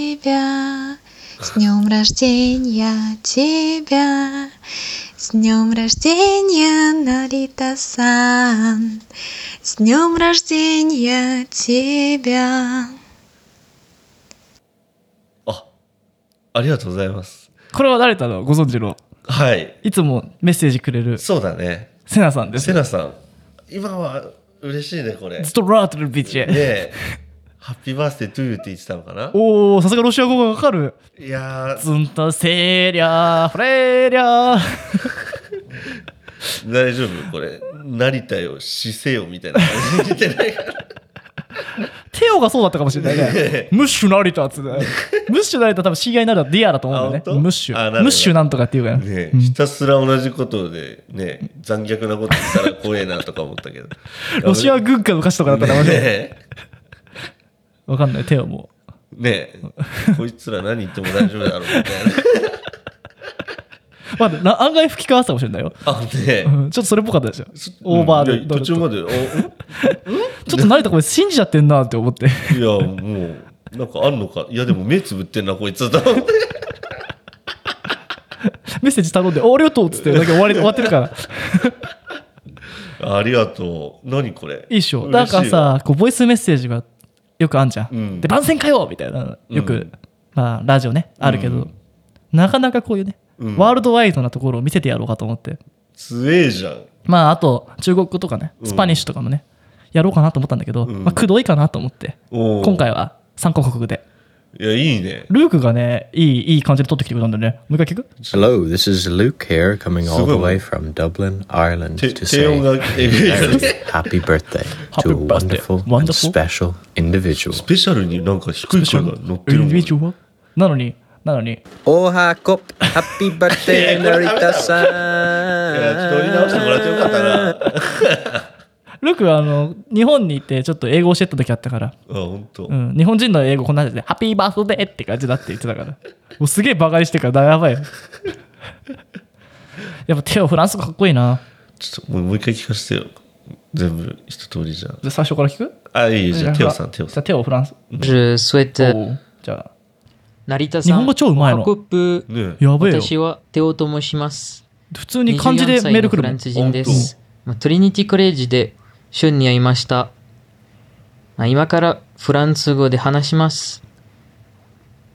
тебя, с днем рождения тебя, с днем рождения, Нарита-сан, с днем рождения тебя. あ、ありがとうございます。 これは成田のご存知の、 はい。 いつもメッセージくれるそうだね。 セナさんです。 セナさん、今は嬉しいね、これ。 ストラートルビッチェ。 ねえ、ハッピーバースデートゥーって言ってたのかな。 おー、さすがロシア語がわかる。 いやー、 ズンタセーリャー、フレーリャー。 大丈夫これ。成田よ、死せよみたいな感じで言ってないから。 テオがそうだったかもしれないね。ムッシュ成田っつって。ムッシュ成田多分知り合いになるのディアだと思うんだよね。 あ本当ムッシュ。 あなるほどムッシュなんとかっていうから。 ねえ、ひたすら同じことでね、残虐なこと言ったら怖えなとか思ったけど。 ロシア軍歌の歌詞とかだったらねね。 え、 わかんない、テオも。 ねえ、こいつら何言っても大丈夫だろうみたいな。 まあ、な案外吹き替わせたかもしれないよ。 あ、ねえう。んちょっとそれっぽかったでしょ。オーバーいやド。 途中まで、おちょっと成田これ信じちゃってんなって思って。 いや、もう、なんかあんのか。いや、でも目つぶってんな、こいつと思って。 メッセージ頼んで、おありがとうっつって、だけ終わり終わってるから。 ありがとう。何これ。 いいっしょ。なんか嬉しいわ、 さ、こうボイスメッセージがよくあんじゃん。 うんで、番宣かよみたいな、よく、 うんまあ、ラジオね、あるけど、 うんなかなかこういうね、 うんワールドワイドなところを見せてやろうかと思って。 強えじゃん。 まあ、あと、中国語とかね、スパニッシュとかもね、やろうかなと思ったんだけど、 んまあ、くどいかなと思って、 おー今回はさんカ国で。 いや、いいね。 ルークがね、いい、いい感じで撮ってきてくれたんだよね。もう一回聞く Hello, this is Luke here, coming all the Super. way from Dublin, Ireland, て to 低 say 音が a えぐいやつ very happy birthday Happy to a birthday. wonderful and Wonderful. special individual. スペシャルになんか低い声が乗ってるもん。 インディビジュアルなのに、なのに、 Ohakop, happy birthday, いや、ちょっと取り直 Narita-san. してもらってよかったな。あ、 ルークはあの、日本に行ってちょっと英語を教えた時あったから、 ほんとう。ん、日本人の英語こんな感じで、ハッピーバースデーって感じだって言ってたから。もうすげえバカにしてるから、やばいよ。やっぱテオフランス語かっこいいな。 ちょっともうもう一回聞かせてよ。全部一通りじゃん。 じゃあ最初から聞くあ、いいじゃん。テオさん、テオさん。 じゃあテオフランス。 Je souhaite おうじゃあ、 成田日本語超うまいのおはこっぷ。 ねやべえよ。 私はテオと申します。 普通に漢字でメール来るもんにじゅうよんさいのフランス人です。まあトリニティコレージでシュンに会いました。まあ今からフランス語で話します。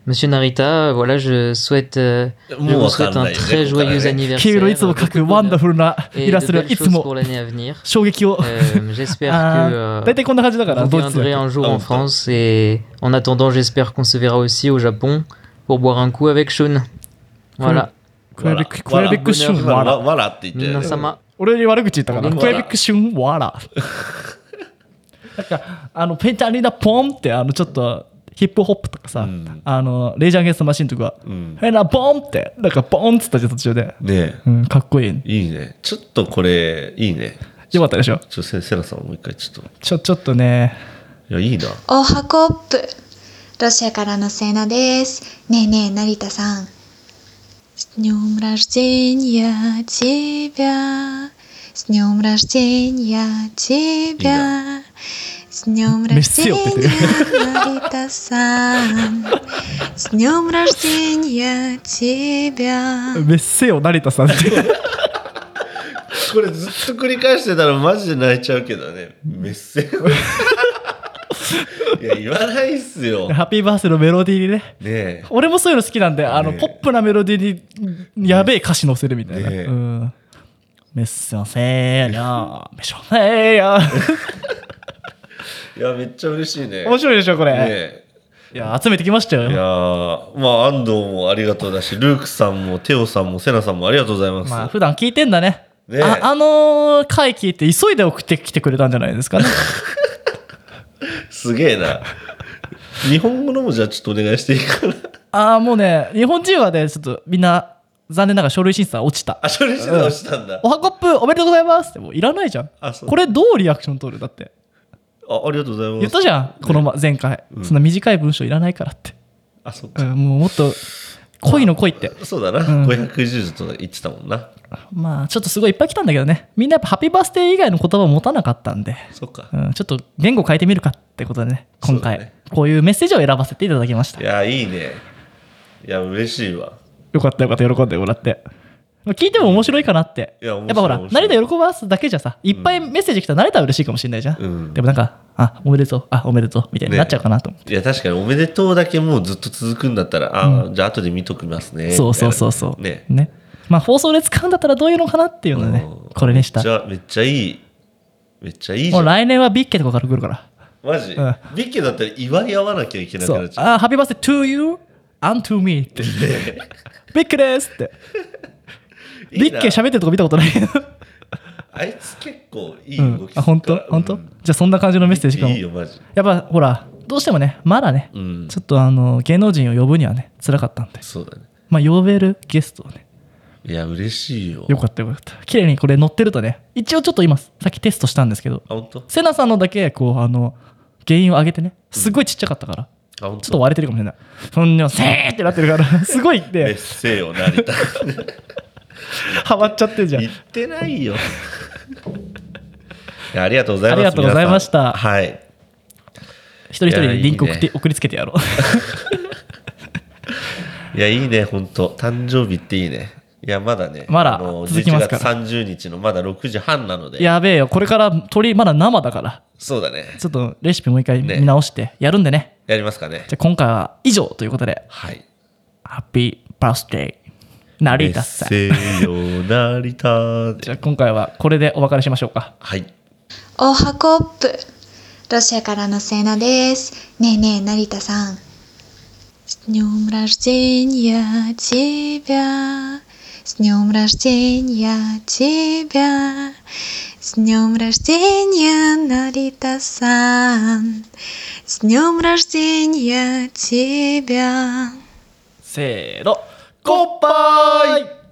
Monsieur Narita, voilà, je souhaite, euh, je vous souhaite un très joyeux 黄 anniversaire. 色いつも描くワンダフルな Et イラ de ストが belles いつ choses も pour l'année à venir. 衝撃を Euh, j'espère あ que ー euh, 大体こんな感じだから vous ドイツ viendrez だ un け jour en France et en attendant, j'espère qu'on se verra aussi au Japon pour boire un coup avec Shun. Voilà. クエベッククエベックシュンわらワラわらって言ってるね。 Minasama. 俺に悪口言ったからうんクエベックシュンワラなんかあのペンタリナポンってあのちょっとヒップホップとかさ、あのレイジャーゲンストマシンとか、変なボンってなんかボンっつったじゃん途中で、 ねうん、かっこいいいいね。ちょっとこれ、いいね。 よかったでしょ。 ちょ、せセナさんもう一回ちょっと。 ちょちょっとねいや、いいな。 おはコップ。ロシアからのセナです。ねえねえ、成田さん。С днем рождения тебя, с днем рождения тебя, с днем рождения, Нарита-сан, с днем рождения тебя. メッセよ成田さんってこれずっと繰り返してたらマジで泣いちゃうけどね。メッセージ。いや、言わないっすよ。ねハッピーバースデーのメロディーにねえ。 俺もそういうの好きなんで、あのねえポップなメロディーにやべえ歌詞載せるみたいな、 ねえうんメッセよせーにゃーメショせーやいや、めっちゃ嬉しいね。 面白いでしょこれ、 ねえ。 いや集めてきましたよいやー、まあ、安藤もありがとうだし、ルークさんも、テオさんも、セナさんもありがとうございます。 まあ普段聞いてんだね。 ねえああのー回聞いて急いで送ってきてくれたんじゃないですかね。 すげえな。日本語のもじゃあちょっとお願いしていいかな。 ああもうね日本人はねちょっとみんな残念ながら書類審査落ちた。 あ、処理して直したんだ。 おはコップおめでとうございますってもういらないじゃん。 あそうこれどうリアクション取るだってあ、ありがとうございます。 言ったじゃんこのま前回、そんな短い文章いらないからって、 あ、そっか。 うん、もうもっと恋の恋ってそうだな。ごひゃくじゅうと言ってたもんな。 まあちょっとすごいいっぱい来たんだけどねみんなやっぱハッピーバースデー以外の言葉を持たなかったんで、 そっか。 うん、ちょっと言語変えてみるかってことでね今回、 そうだねこういうメッセージを選ばせていただきました。 いや、いいね。いや、嬉しいわ。 よかったよかった喜んでもらって聞いても面白いかなって。 いや面白いやっぱほら面白い成田喜ばすだけじゃさいっぱいメッセージ来たら成田は嬉しいかもしれないじゃん、 うんでもなんかあおめでとうあおめでとうみたいになっちゃうかなと思って、 いや、確かにおめでとうだけもうずっと続くんだったら、あ、じゃあ後で見ときますね。 そうそうそうそうね。 ねまあ放送で使うんだったらどういうのかなっていうのでねうんこれにした。 めっちゃ、めっちゃいい。めっちゃいいじゃ。 もうん来年はビッケとかから来るからマジ、 うんビッケだったら祝い合わなきゃいけなくそうなっちゃう。 あハッピーバースデー to you and to me ってビッケですっていいなビッケ喋ってるとこ見たことないけどあいつ結構いいうん動きするから、 あ本当本当、 うんじゃあそんな感じのメッセージかも。 いいよ、マジ。 やっぱほらどうしてもねまだね、 うんちょっとあの芸能人を呼ぶにはね辛かったんでそうだね。 まあ呼べるゲストをねいや、嬉しいよ。 よかったよかった綺麗にこれ載ってるとね一応ちょっと今さっきテストしたんですけどあ、本当？ セナさんのだけこうあの原因を上げてねすごいちっちゃかったから、 あ、本ちょっと割れてるかもしれないそんなせーってなってるからすごいっメッてセよ、成田。 ハマっちゃってるじゃん言ってないよ。いや、ありがとうございます。 ありがとうございました皆さんはい。 一人一人でリンク送っていやいいね送りつけてやろういや、いいね、本当誕生日っていいね。いや、まだね。 まだあの続きますからじゅういちがつさんじゅうにちのまだろくじはんなので。 やべえよこれから鳥まだ生だからそうだね。 ちょっとレシピもう一回ね見直してやるんでねやりますかね。 じゃあ今回は以上ということではい。 ハッピーバースデー成田さんメッセよ、成田。 じゃあ今回はこれでお別れしましょうか。 はい。 おはコップ。ロシアからのセナです。ねえねえ、成田さん。С днем рождения тебя, с днем рождения тебя, с днем рождения, Нарита-сан, с днем рождения тебя. せーの、乾杯。